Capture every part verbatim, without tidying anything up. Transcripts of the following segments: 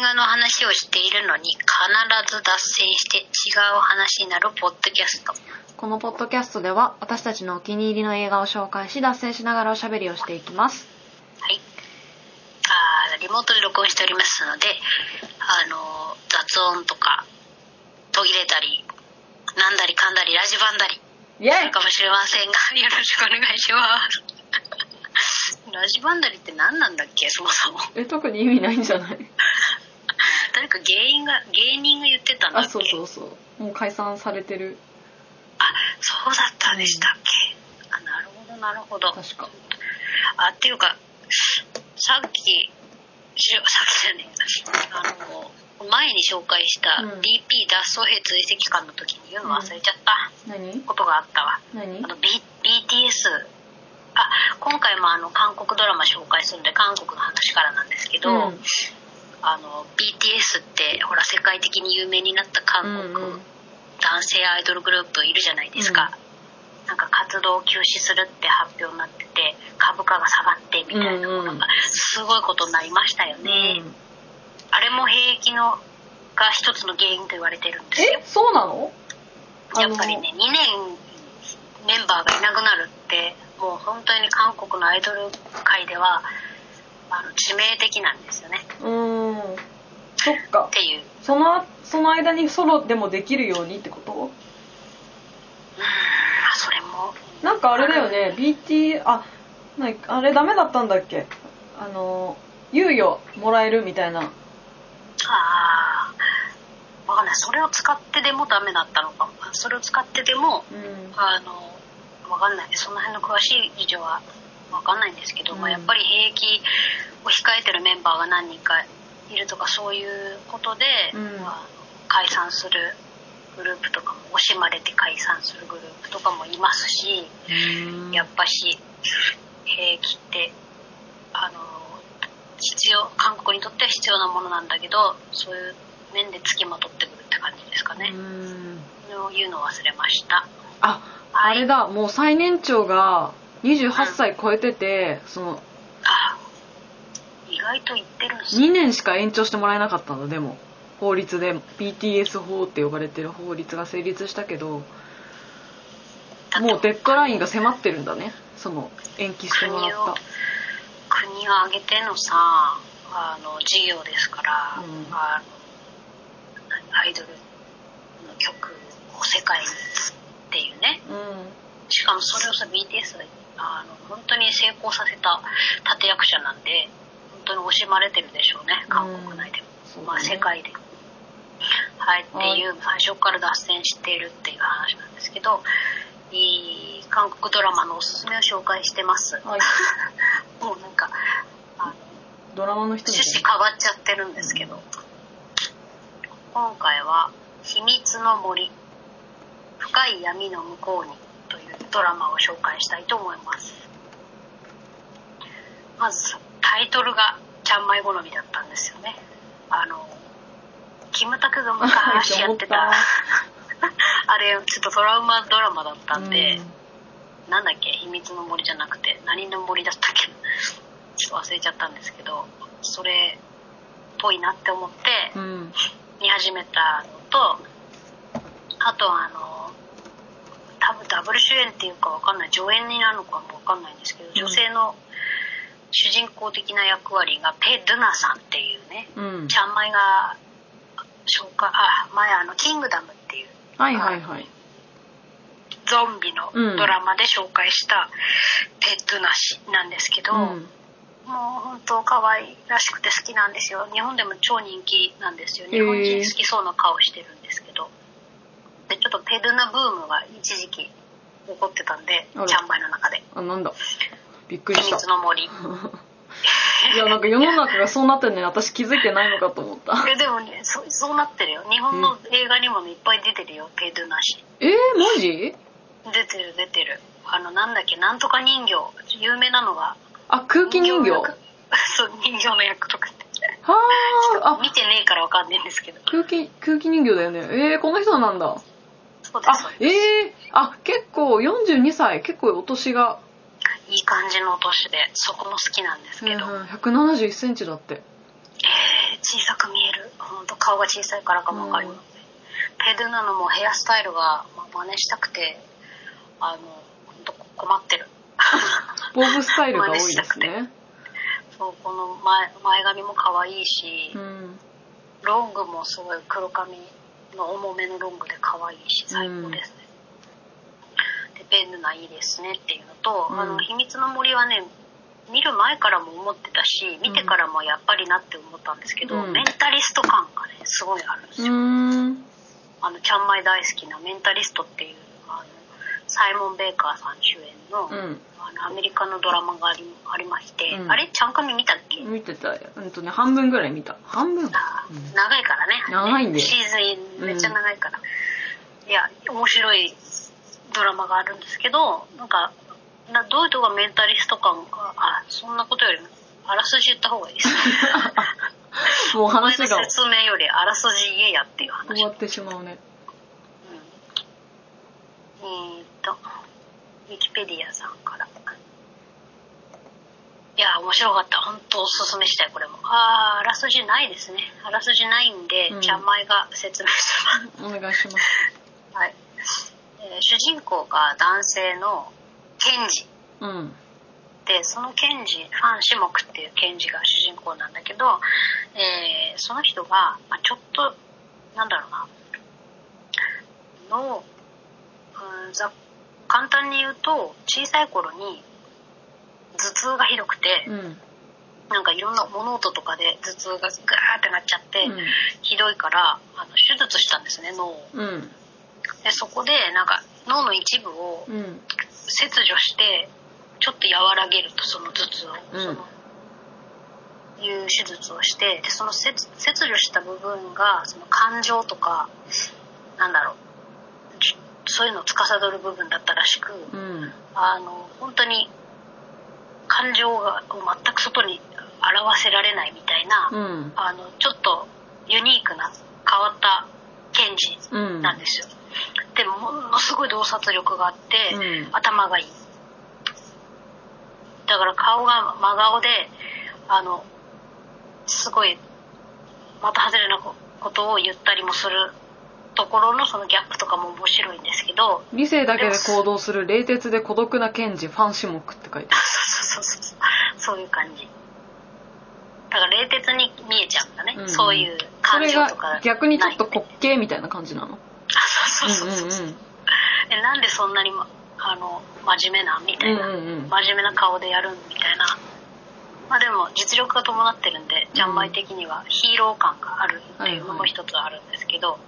画の話をしているのに必ず脱線して違う話になるポッドキャスト。 このポッドキャストでは私たちのお気に入りの映画を紹介し脱線しながらおしゃべりをしていきます。 はい。あリモートで録音しておりますので、あの雑音とか途切れたりなんだりかんだりラジバンだりするかもしれませんがよろしくお願いしますラジバンダリって何なんだっけ、そもそも。 え、特に意味ないんじゃない誰か芸人が芸人が言ってたんだっけ。 あ、そうそうそう、もう解散されてる。 あ、そうだったんでしたっけ、うん、あ、なるほどなるほど。 確か。 あ、っていうかさっきさっきじゃねえあの前に紹介した ビーピー 脱走兵追跡官の時に言うの忘れちゃった、うん、何ことがあったわ。 何？ あの B、ビーティーエス、あ、今回もあの韓国ドラマ紹介するんで韓国の話からなんですけど、うん、あの ビーティーエス ってほら世界的に有名になった韓国、うんうん、男性アイドルグループいるじゃないですか、うん、なんか活動を休止するって発表になってて株価が下がってみたいなものがすごいことになりましたよね、うんうん、あれも兵役のが一つの原因と言われてるんですよ。 え、そうなの？ やっぱりね、にねんメンバーがいなくなるってもう本当に韓国のアイドル界ではあの致命的なんですよね。 うーん、そっか。 っていうそのその間にソロでもできるようにってこと？うーん、 それもなんかあれだよね、ビーティー あなあれダメだったんだっけ、あの猶予もらえるみたいな。 ああ、わかんない。それを使ってでもダメだったのかも。それを使ってでも、うん、あのわかんない。その辺の詳しい事情はわかんないんですけど、うん、まあ、やっぱり兵役を控えてるメンバーが何人かいるとかそういうことで、うん、まあ、解散するグループとかも惜しまれて解散するグループとかもいますし、うん、やっぱし兵役ってあの必要、韓国にとっては必要なものなんだけど、そういう面で付きまとってくるって感じですかね。うーん、そういうのを忘れました。 あ、はい、あれだ、もう最年長がにじゅうはっさい超えてて、うん、そのあ、意外と言ってるんですね。 にねんしか延長してもらえなかったの。でも法律で ビーティーエス 法って呼ばれてる法律が成立したけど、もうデッドラインが迫ってるんだね。その延期してもらった国が挙げてのさ、あの事業ですから、うん、あのアイドルの曲を世界にっていうね、うん、しかもそれをさ ビーティーエス があの本当に成功させた立役者なんで本当に惜しまれてるでしょうね、韓国内でも、うん、まあ、世界でも、はいっていう、最初から脱線しているっていう話なんですけど、いい韓国ドラマのおすすめを紹介してます、はい、もうなんかあのドラマの人みたいな趣旨変わっちゃってるんですけど、うん、今回は秘密の森深い闇の向こうにというドラマを紹介したいと思います。まずタイトルがちゃんまい好みだったんですよね。あのキムタクが昔やってたあれちょっとトラウマドラマだったんで、うん、なんだっけ、秘密の森じゃなくて何の森だったっけちょっと忘れちゃったんですけど、それっぽいなって思って見始めたのと、あとはあの多分ダブル主演っていうか分かんない、助演になるのかも分かんないんですけど、女性の主人公的な役割がペ・ドゥナさんっていうね、うん、ちゃんまいが紹介あ前あのキングダムっていう、 はいはいはい、 ゾンビのドラマで紹介したペ・ドゥナ氏なんですけど、うん、もう本当可愛らしくて好きなんですよ。日本でも超人気なんですよ。日本人好きそうな顔してるんですけど、でちょっとペ・ドゥナブームが一時期起こってたんで、ちゃんまいの中で。 あ、なんだ、びっくりした。 秘密の森いや、なんか世の中がそうなってるのに私気づいてないのかと思った。 えでもね、そ、そうなってるよ。日本の映画にも、ね、いっぱい出てるよ、ペ・ドゥナ氏。 えー、マジ？ 出てる出てる。あのなんだっけ、なんとか人形、有名なのが、 あ、空気人形。 そう、人形の役とかって。 はあ、 見てねえからわかんないんですけど。 空気空気人形だよね。えー、この人なんだ。 そうです。 あ、えー、あ、結構よんじゅうにさい、結構お年がいい感じのお年で、そこも好きなんですけど。 うんうん、ひゃくななじゅういっセンチだって。 えー、 小さく見える。本当顔が小さいからかも分かりますね、うん、ペドゥナのもヘアスタイルが真似したくてあの本当困ってるボブスタイルが多いですね。 そうこの 前, 前髪も可愛いし、 うん、 ロングもすごい黒髪の重めのロングで可愛いし最高ですね、うん、でペドゥナいいですねっていうのと、うん、あの秘密の森はね見る前からも思ってたし見てからもやっぱりなって思ったんですけど、うん、メンタリスト感がねすごいあるんですよ。うんあのちゃんまい大好きなメンタリストっていうあのサイモン・ベイカーさん主演 の,、うん、あのアメリカのドラマがあ り, ありまして、うん、あれちゃんかみ見たっけ？ 見てた、うんとね、半分ぐらい見た。半分、 あ、うん、長いからね長いんでシーズンめっちゃ長いから、うん、いや面白いドラマがあるんですけどなんかなどういうとこがメンタリスト感があそんなことよりもあらすじ言った方がいいですもう話がお前の説明よりあらすじ言えやっていう話終わってしまうね、 うん、えー、っとウィキペディアさんからいや面白かった本当おすすめしたいこれもああらすじないですねあらすじないんで、うん、ちゃんまいが説明するお願いしますはい、えー、主人公が男性の検事、うん、でその検事ファン・シモクっていう検事が主人公なんだけど、えー、その人が、まあ、ちょっとなんだろうなの、うん、ざ簡単に言うと小さい頃に頭痛がひどくて、うん、なんかいろんな物音とかで頭痛がガーってなっちゃって、うん、ひどいからあの手術したんですね脳を、うん、でそこでなんか脳の一部を切除してちょっと和らげるとその頭痛を、うん、そのいう手術をしてでその切除した部分がその感情とかなんだろうそういうのを司る部分だったらしく、うん、あの本当に感情が全く外に表せられないみたいな、うん、あのちょっとユニークな変わった検事なんですよ、うん、でもものすごい洞察力があって、うん、頭がいいだから顔が真顔であのすごいまた外れなことを言ったりもするところのそのギャップとかも面白いんですけど理性だけで行動する冷徹で孤独な検事ファン・シモクって書いてあるそうそうそうそういう感じだから冷徹に見えちゃうんだね、うんうん、そういう感情とかそれが逆にちょっと滑稽みたいな感じなのあそうそうそうそう、うんうんうん、えなんでそんなに、ま、あの真面目なみたいな、うんうんうん、真面目な顔でやるみたいなまあでも実力が伴ってるんでジャンマイ的にはヒーロー感があるっていうのも一つあるんですけど、はいはい、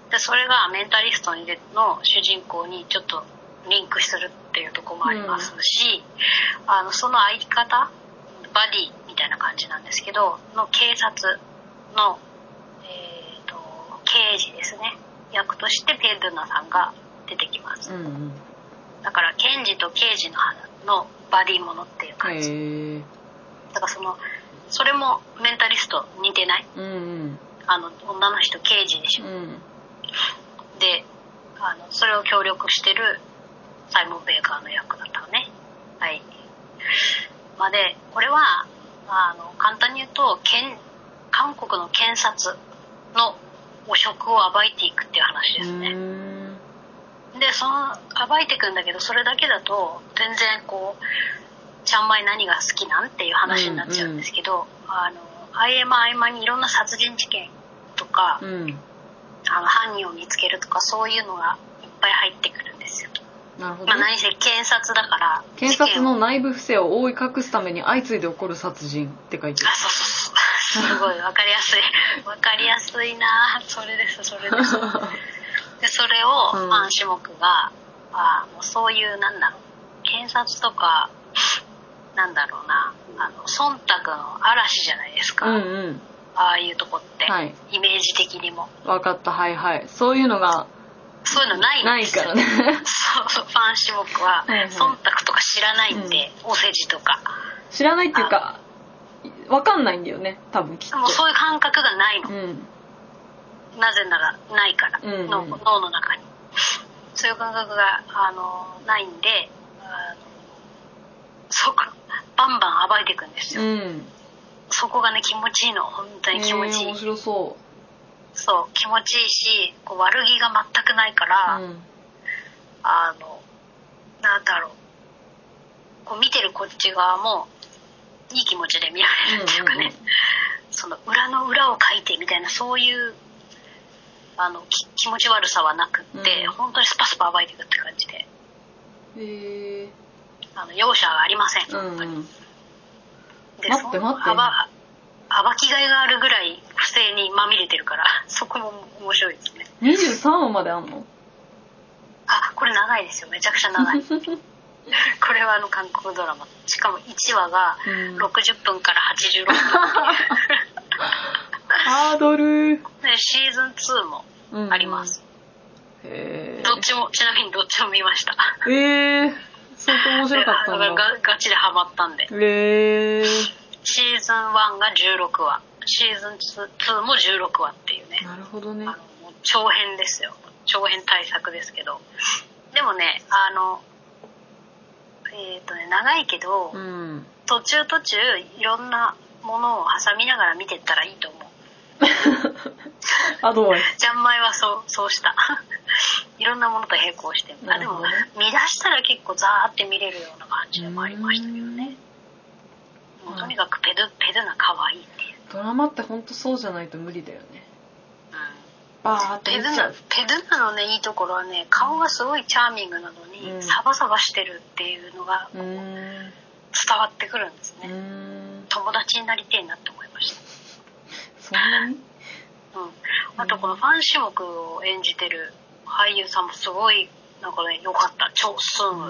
でそれがメンタリストの主人公にちょっとリンクするっていうところもありますし、うん、あのその相方バディみたいな感じなんですけどの警察の、えーと、刑事ですね役としてペドゥナさんが出てきます、うんうん、だから検事と刑事ののバディものっていう感じだからそのそれもメンタリスト似てない、うんうん、あの女の人刑事でしょ、うん、であのそれを協力してるサイモン・ベイカーの役だったのねはいまあでこれはあの簡単に言うと韓国の検察の汚職を暴いていくっていう話ですねでその暴いていくんだけどそれだけだと全然こうちゃんまい何が好きなんっていう話になっちゃうんですけど、うんうん、あの合間合間にいろんな殺人事件とか、うん、あの犯人を見つけるとかそういうのがいっぱい入ってくるんですよ。 なるほど、ね、 まあ、何せ検察だから検察の内部不正を覆い隠すために相次いで起こる殺人って書いてある。 あそうそうそうすごい分かりやすい分かりやすいなそれですそれですでそれをファン・シモクが、うん、あもうそういうなんだろう検察とかなんだろうなあの忖度の嵐じゃないですか、うんうん、ああいうとこって、はい、イメージ的にも分かったはいはいそういうのがそういうのないんですよないからねそうファン・シモクは忖度とか知らないんで、うん、お世辞とか知らないっていうか分かんないんだよね多分きっともうそういう感覚がないの、うん、なぜならないから、うんうん、の脳の中にそういう感覚があのないんであのそうかバンバン暴いていくんですよ、うん、 そこがね気持ちいいの、本当に気持ちいい、 えー、面白そう。 そう気持ちいいし、こう悪気が全くないから、うん、あのなんだろう、こう見てるこっち側もいい気持ちで見られるっていうかね、うんうんうん、その裏の裏を書いてみたいな、そういうあの気持ち悪さはなくって、うん、本当にスパスパ暴いていくって感じで、 へー、 あの容赦がありません、本当に、うんうん、で待って待って、 暴きがいがあるぐらい不正にまみれてるから、そこも面白いですね。 にじゅうさんわまであんの？ あ、これ長いですよ、めちゃくちゃ長いこれはあの韓国ドラマ、しかもいちわがろくじゅっぷんからはちじゅうろっぷんハードル。 でシーズンツーもあります、うん、へー、どっちも、ちなみにどっちも見ました。 えー、相当面白かったんだ。 ガ, ガチでハマったんで。 へー、 シーズンワンがじゅうろくわ、シーズンツーもじゅうろくわっていうね。 なるほどね。 あのもう長編ですよ、長編大作ですけど、でもね、あのえっ、ー、とね長いけど、うん、途中途中いろんなものを挟みながら見てったらいいと思う。 アドバイス。 ジャンマイはそうそうしたいろんなものと並行して、あでも見出したら結構ザーって見れるような感じでもありましたけどね。もうとにかくペドペドな可愛いっていう。 ドラマってほんとそうじゃないと無理だよね。うん。バーってペドなペドなのねいいところはね、顔がすごいチャーミングなのに、うん、サバサバしてるっていうのがこう伝わってくるんですね。うん、友達になりてえなって思いました。 そんなに？ うん、あとこのファン・シモクを演じてる俳優さんもすごいなんかね良かった。チョ・スンウ、うん、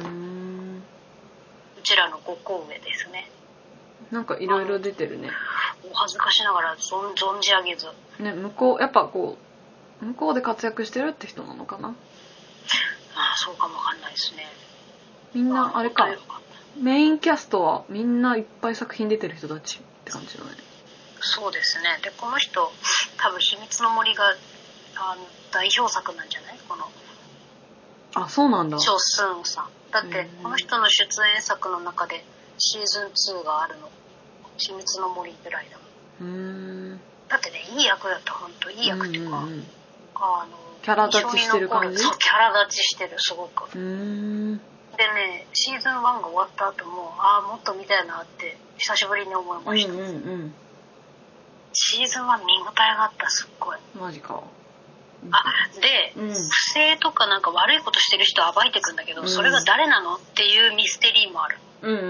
うちらのごこ上ですね。 なんかいろいろ出てるね。 お恥ずかしながら存存じ上げず。 ね、向こうやっぱこう向こうで活躍してるって人なのかな。 ああ、そうかもわかんないですね。 みんなあれか。メインキャストはみんないっぱい作品出てる人たちって感じだね。 そうですね。でこの人多分秘密の森があの代表作なんじゃない？この。 あ、そうなんだ。 チョ・スンウさん。だってこの人の出演作の中でシーズンツーがあるの秘密の森ぐらいだもん。うーん。だってねいい役だった本当いい役っていうか、うんうんうん、あのキャラ立ちしてる感じ。 そうキャラ立ちしてるすごく。うーん。でねシーズンワンが終わった後もああもっと見たいなって久しぶりに思いました。うんうんうん。シーズンワン見応えがあったすっごい。 マジか。 あで、うん、不正とかなんか悪いことしてる人を暴いてくんだけど、うん、それが誰なのっていうミステリーもある。うんうんうん。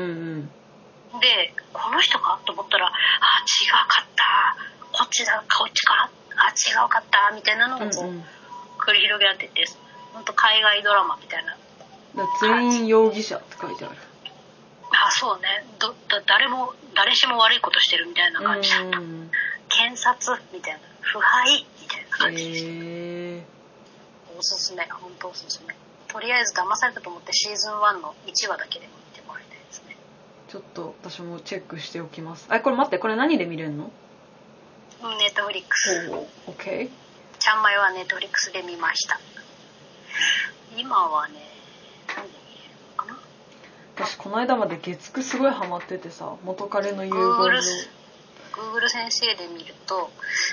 でこの人かと思ったらあ違うかったこっちだこっちかあ違うかったみたいなのをこう、うんうん、繰り広げられてて本当海外ドラマみたいな。 全員容疑者って書いてある。 あそうねどだ誰も誰しも悪いことしてるみたいな感じだった。検察みたいな腐敗みたいな感じでした。へー、おすすめ本当おすすめ。とりあえず騙されたと思ってシーズンワンのいちわだけでも見てもらいたいですね。 ちょっと私もチェックしておきます。あこれ待ってこれ何で見れるの？ ネットフリックス。 おー OK。 ちゃんまいはネットフリックスで見ました。今はね何で見れるのかな。 私この間まで月くすごいハマっててさ元彼の遺言状。 Google 先生で見ると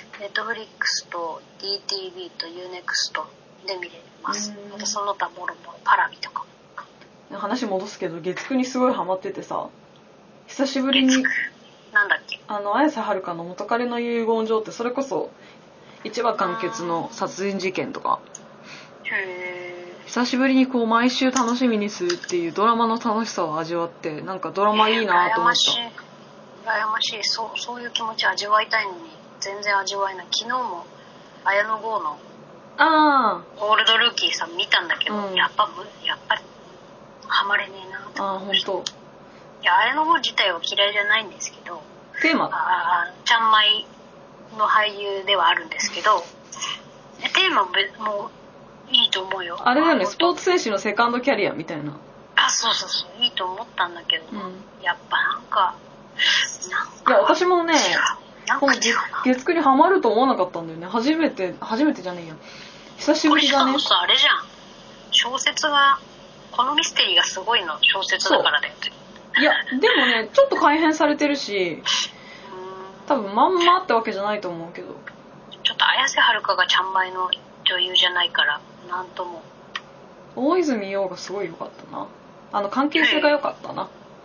Netflix と ディーティービー と ユーネクスト で見れます。あとその他もろもろパラビとか。 話戻すけど月くにすごいハマっててさ久しぶりになんだっけあの綾瀬はるかの元彼の遺言状ってそれこそいちわ完結の殺人事件とか。へー。久しぶりにこう毎週楽しみにするっていうドラマの楽しさを味わってなんかドラマいいなと思った。 えー羨ましい。そう、そういう気持ち味わいたいのに全然味わえない。昨日も綾野剛のあオールドルーキーさん見たんだけど、うん、やっぱやっぱりハマれねえなって思いました。あ、本当。いや綾野剛自体は嫌いじゃないんですけど、 テーマあちゃんまいの俳優ではあるんですけど、テーマもいいと思うよ。 あれだよね、スポーツ選手のセカンドキャリアみたいな。 あ、そうそうそう、いいと思ったんだけど、うん、やっぱなんかいや私もねこの月くにハマると思わなかったんだよね。初めて初めてじゃねえや久しぶりだね。 これしかもさあれじゃん小説がこのミステリーがすごいの小説だからだよって。 いやでもねちょっと改変されてるし多分まんまってわけじゃないと思うけど、 ちょっと綾瀬はるかがちゃんまいの女優じゃないからなんとも。 大泉洋がすごい良かったな。あの関係性が良かったな、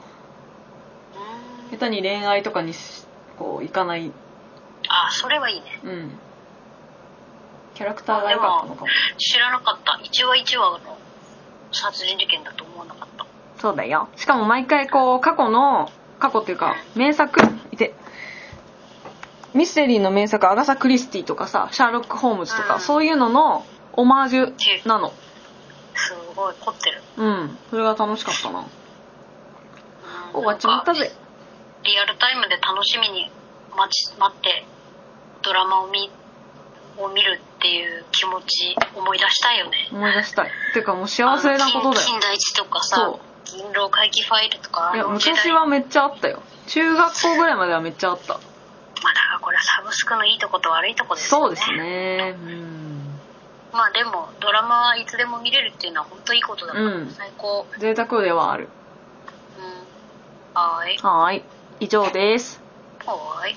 うん、 下手に恋愛とかにこういかない。 あ、それはいいね。 うん、キャラクターが良かったのかも。 知らなかった。いちわいちわの殺人事件だと思わなかった。 そうだよ。しかも毎回こう過去の過去っていうか名作いて、ミステリーの名作アガサ・クリスティとかさ、シャーロック・ホームズとか、うん、そういうののオマージュなの。 すごい凝ってる。 うん、それが楽しかったな。うん、終わっちまったぜ。 リアルタイムで楽しみに待ち待ってドラマを見を見るっていう気持ち思い出したいよね。 思い出したい。てかもう幸せなことだよ。 金田一とかさ、銀狼回帰ファイルとか。 いや昔はめっちゃあったよ。中学校ぐらいまではめっちゃあった。 まあだからこれはサブスクのいいとこと悪いとこですよね。 そうですね。うん。 まあでもドラマはいつでも見れるっていうのは本当いいことだから、うん、最高。 贅沢ではある。 うん。はーい。 はーい。以上です。 はーい。